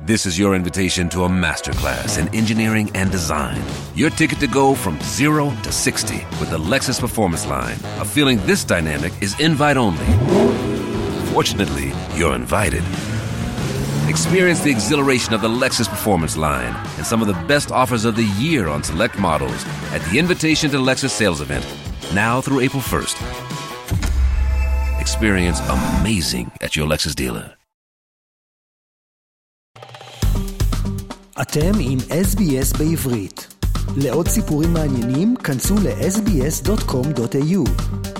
This is your invitation to a masterclass in engineering and design. Your ticket to go from 0 to 60 with the Lexus Performance Line. A feeling this dynamic is invite only. Fortunately, you're invited. Experience the exhilaration of the Lexus Performance Line and some of the best offers of the year on select models at the Invitation to Lexus sales event, now through April 1st. Experience amazing at your Lexus dealer. אתם עם SBS בעברית. לעוד סיפורים מעניינים, כנסו ל-sbs.com.au.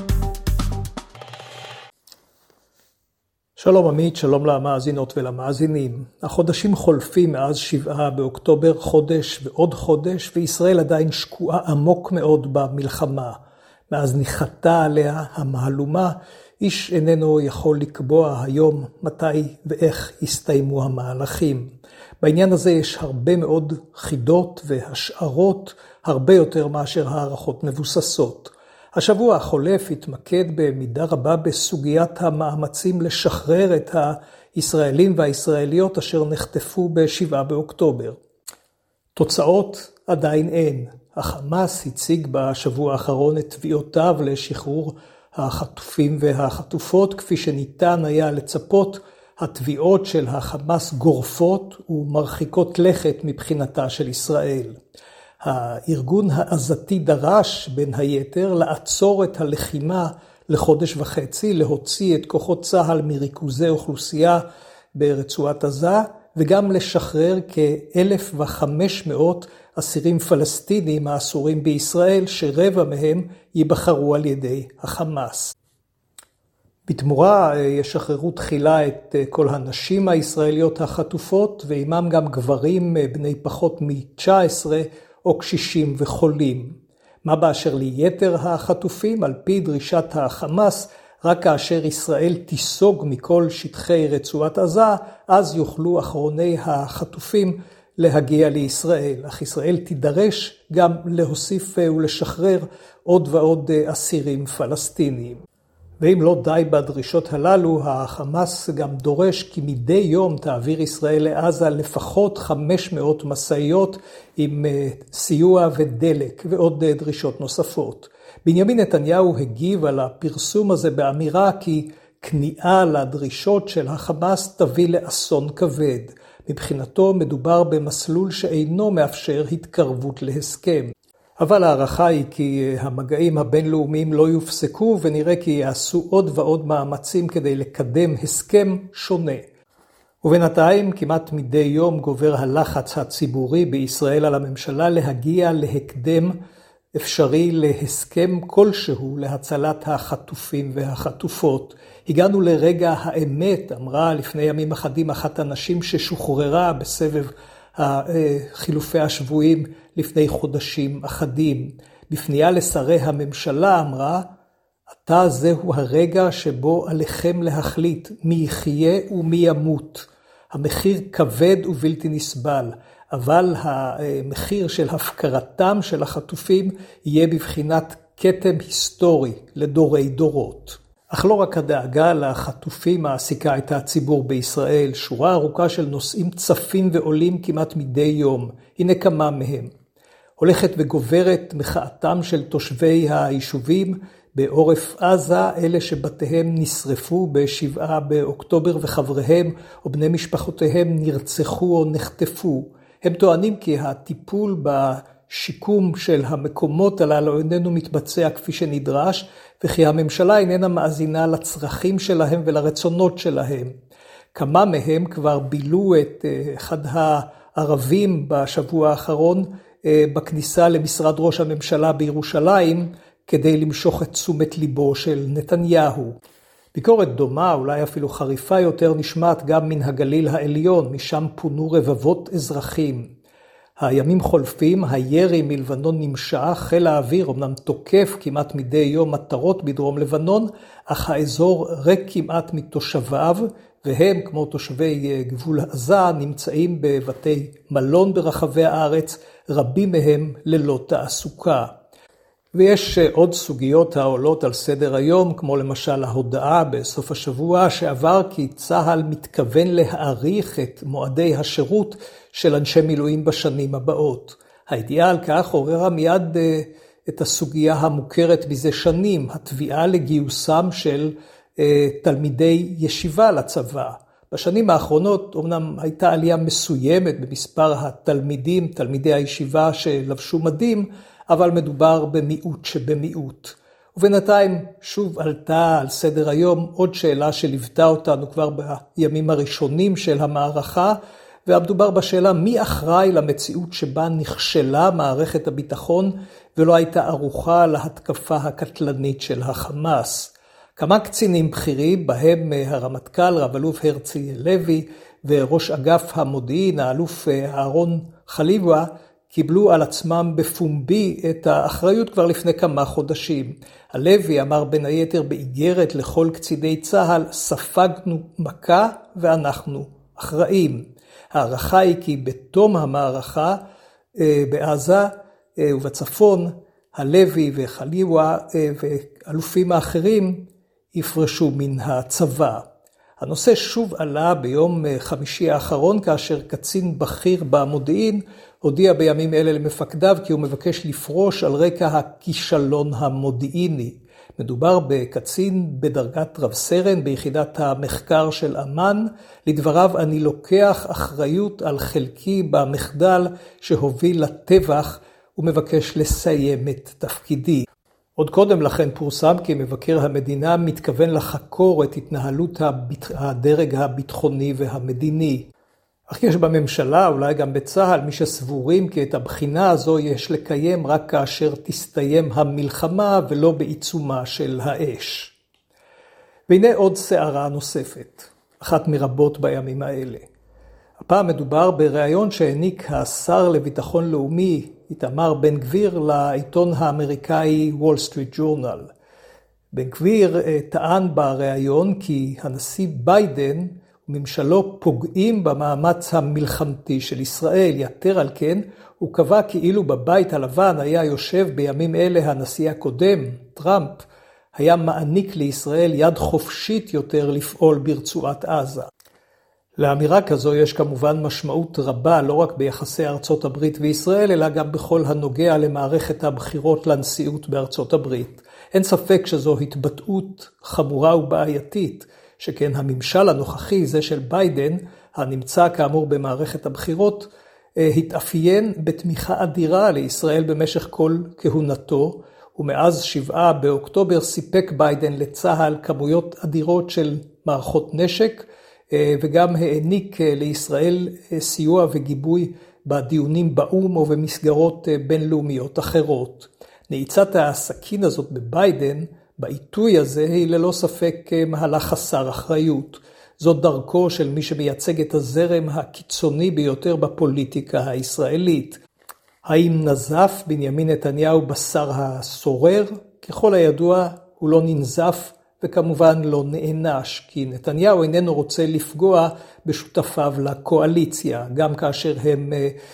שלום עמית, שלום למאזינות ולמאזינים. החודשים חולפים מאז 7 באוקטובר, חודש ועוד חודש, וישראל עדיין שקועה עמוק מאוד במלחמה. מאז ניחתה עליה המהלומה, איש איננו יכול לקבוע היום מתי ואיך יסתיימו המהלכים. בעניין הזה יש הרבה מאוד חידות והשערות, הרבה יותר מאשר הערכות מבוססות. השבוע החולף התמקד במידה רבה בסוגיית המאמצים לשחרר את הישראלים והישראליות אשר נחטפו ב-7 באוקטובר. תוצאות עדיין אין. החמאס הציג בשבוע האחרון את תביעותיו לשחרור החטופים והחטופות, כפי שניתן היה לצפות. התביעות של החמאס גורפות ומרחיקות לכת מבחינתה של ישראל. הארגון העזתי דרש בין היתר לעצור את הלחימה לחודש וחצי, להוציא את כוחות צה"ל מריכוזי אוכלוסייה ברצועת עזה, וגם לשחרר כ-1,500 אסירים פלסטינים האסורים בישראל, שרבע מהם ייבחרו על ידי החמאס. בתמורה ישחררו תחילה את כל הנשים הישראליות החטופות, ועימם גם גברים בני פחות מ-19 או קשישים וחולים. מה באשר ליתר החטופים? על פי דרישת החמאס, רק כאשר ישראל תיסוג מכל שטחי רצועת עזה, אז יוכלו אחרוני החטופים להגיע לישראל. אך ישראל תידרש גם להוסיף ולשחרר עוד ועוד אסירים פלסטינים. ואם לא די בדרישות הללו, החמאס גם דורש כי מדי יום תעביר ישראל לעזה לפחות 500 מסעיות עם סיוע ודלק ועוד דרישות נוספות. בנימין נתניהו הגיב על הפרסום הזה באמירה כי כניעה לדרישות של החמאס תביא לאסון כבד. מבחינתו מדובר במסלול שאינו מאפשר התקרבות להסכם. אבל הערכה היא כי המגעים הבינלאומיים לא יופסקו, ונראה כי יעשו עוד ועוד מאמצים כדי לקדם הסכם שונה. ובינתיים כמעט מדי יום גובר הלחץ הציבורי בישראל על הממשלה להגיע להקדם אפשרי להסכם כלשהו להצלת החטופים והחטופות. הגענו לרגע האמת, אמרה לפני ימים אחדים אחת הנשים ששוחררה בסבב חילופי השבויים לפני חודשים אחדים. בפנייה לשרי הממשלה אמרה, עתה זהו הרגע שבו עליכם להחליט מי יחיה ומי ימות. המחיר כבד ובלתי נסבל, אבל המחיר של הפקרתם של החטופים יהיה בבחינת כתם היסטורי לדורי דורות. אך לא רק הדאגה לחטופים מעסיקה את הציבור בישראל, שורה ארוכה של נושאים צפים ועולים כמעט מדי יום. הנה כמה מהם. הולכת וגוברת מחאתם של תושבי היישובים בעורף עזה, אלה שבתיהם נשרפו ב-7 באוקטובר וחבריהם או בני משפחותיהם נרצחו או נחטפו. הם טוענים כי הטיפול בשיקום של המקומות הללו איננו מתבצע כפי שנדרש, וכי הממשלה איננה מאזינה לצרכים שלהם ולרצונות שלהם. כמה מהם כבר בילו את אחד הערבים בשבוע האחרון בכניסה למשרד ראש הממשלה בירושלים, כדי למשוך את תשומת ליבו של נתניהו. ביקורת דומה, אולי אפילו חריפה יותר, נשמעת גם מן הגליל העליון, משם פונו רבבות אזרחים. הימים חולפים, הירי מלבנון נמשך, חיל האוויר אמנם תוקף כמעט מדי יום מטרות בדרום לבנון, אך האזור ריק כמעט מתושביו, והם, כמו תושבי גבול עזה, נמצאים בבתי מלון ברחבי הארץ, רבים מהם ללא תעסוקה. ויש עוד סוגיות העולות על סדר היום, כמו למשל ההודעה בסוף השבוע שעבר כי צה"ל מתכוון להאריך את מועדי השירות של אנשי מילואים בשנים הבאות. הידיעה על כך עוררה מיד את הסוגיה המוכרת מזה שנים, התביעה לגיוסם של תלמידי ישיבה לצבא. בשנים האחרונות אומנם הייתה עלייה מסוימת במספר התלמידים, תלמידי הישיבה שלבשו מדים, אבל מדובר במיעוט שבמיעוט. ובינתיים שוב עלתה על סדר היום עוד שאלה שליוותה אותנו כבר בימים הראשונים של המערכה, והמדובר בשאלה מי אחראי למציאות שבה נכשלה מערכת הביטחון ולא הייתה ערוכה להתקפה הקטלנית של החמאס. כמה קצינים בכירים, בהם הרמטכ"ל רב-אלוף הרצי לוי וראש אגף המודיעין האלוף אהרון חליבה, קיבלו על עצמם בפומבי את האחריות כבר לפני כמה חודשים. הלוי אמר בין היתר באיגרת לכל קציני צה"ל, ספגנו מכה ואנחנו אחראים. הערכה היא כי בתום המערכה בעזה ובצפון, הלוי וחליבה ואלופים האחרים יפרשו מן הצבא. הנושא שוב עלה ביום חמישי האחרון, כאשר קצין בכיר במודיעין הודיע בימים אלה למפקדיו כי הוא מבקש לפרוש על רקע הכישלון המודיעיני. מדובר בקצין בדרגת רב סרן ביחידת המחקר של אמ"ן. לדבריו, אני לוקח אחריות על חלקי במחדל שהוביל לטבח ומבקש לסיים את תפקידי. עוד קודם לכן פורסם כי מבקר המדינה מתכוון לחקור את התנהלות הדרג הביטחוני והמדיני. אך יש בממשלה, אולי גם בצה"ל, מי שסבורים כי את הבחינה הזו יש לקיים רק כאשר תסתיים המלחמה ולא בעיצומה של האש. והנה עוד סערה נוספת, אחת מרבות בימים האלה. הפעם מדובר בריאיון שהעניק השר לביטחון לאומי איתמר בן גביר לעיתון האמריקאי וול סטריט ג'ורנל. בן גביר טען בריאיון כי הנשיא ביידן וממשלו פוגעים במאמץ המלחמתי של ישראל. יתר על כן, הוא קבע כאילו בבית הלבן היה יושב בימים אלה הנשיא הקודם, טראמפ, היה מעניק לישראל יד חופשית יותר לפעול ברצועת עזה. לאמירה כזו יש כמובן משמעות רבה לא רק ביחסי ארצות הברית וישראל, אלא גם בכל הנוגע למערכת הבחירות לנשיאות בארצות הברית. אין ספק שזו התבטאות חמורה ובעייתית, שכן הממשל הנוכחי, זה של ביידן, הנמצא כאמור במערכת הבחירות, התאפיין בתמיכה אדירה לישראל במשך כל כהונתו, ומאז 7 באוקטובר סיפק ביידן לצה"ל כמויות אדירות של מערכות נשק, וגם העניק לישראל סיוע וגיבוי בדיונים באו"ם ובמסגרות בינלאומיות אחרות. נעיצת הסכין הזאת בביידן, בעיתוי הזה, היא ללא ספק מהלך חסר אחריות. זאת דרכו של מי שמייצג את הזרם הקיצוני ביותר בפוליטיקה הישראלית. האם נזף בנימין נתניהו בשר הסורר? ככל הידוע הוא לא ננזף וכמובן לא נענש, כי נתניהו איננו רוצה לפגוע בשותפיו לקואליציה, גם כאשר הם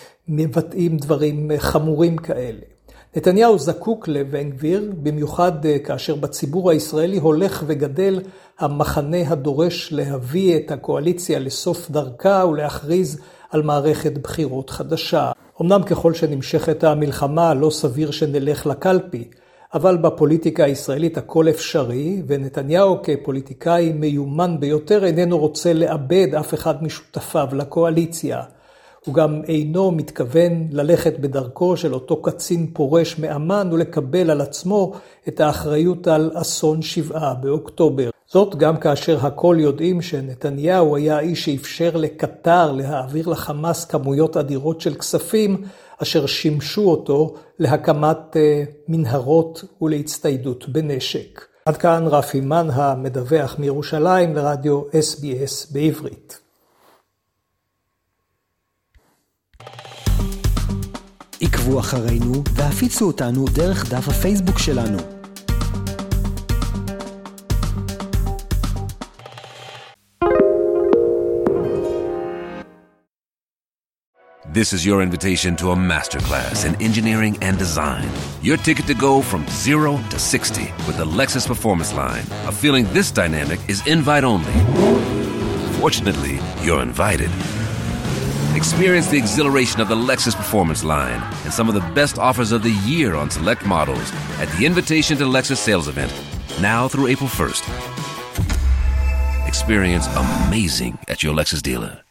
מבטאים דברים חמורים כאלה. נתניהו זקוק לבן גביר, במיוחד כאשר בציבור הישראלי הולך וגדל המחנה הדורש להביא את הקואליציה לסוף דרכה ולהכריז על מערכת בחירות חדשה. אמנם ככל שנמשכת המלחמה לא סביר שנלך לקלפי, אבל בפוליטיקה הישראלית הכל אפשרי, ונתניהו כפוליטיקאי מיומן ביותר איננו רוצה לאבד אף אחד משותפיו לקואליציה. הוא גם אינו מתכוון ללכת בדרכו של אותו קצין פורש מאמן ולקבל על עצמו את האחריות על אסון 7 באוקטובר. זאת גם כאשר הכל יודעים שנתניהו היה האיש שאפשר לקטר להעביר לחמאס כמויות אדירות של כספים, אשר שימשו אותו להקמת מנהרות ולהצטיידות בנשק. עד כאן רפי מן המדווח מירושלים לרדיו SBS בעברית. עקבו אחרינו והפיצו אותנו דרך דף הפייסבוק שלנו. This is your invitation to a masterclass in engineering and design. Your ticket to go from 0 to 60 with the Lexus Performance Line. A feeling this dynamic is invite only. Fortunately, you're invited. Experience the exhilaration of the Lexus Performance Line and some of the best offers of the year on select models at the Invitation to Lexus sales event, now through April 1st. Experience amazing at your Lexus dealer.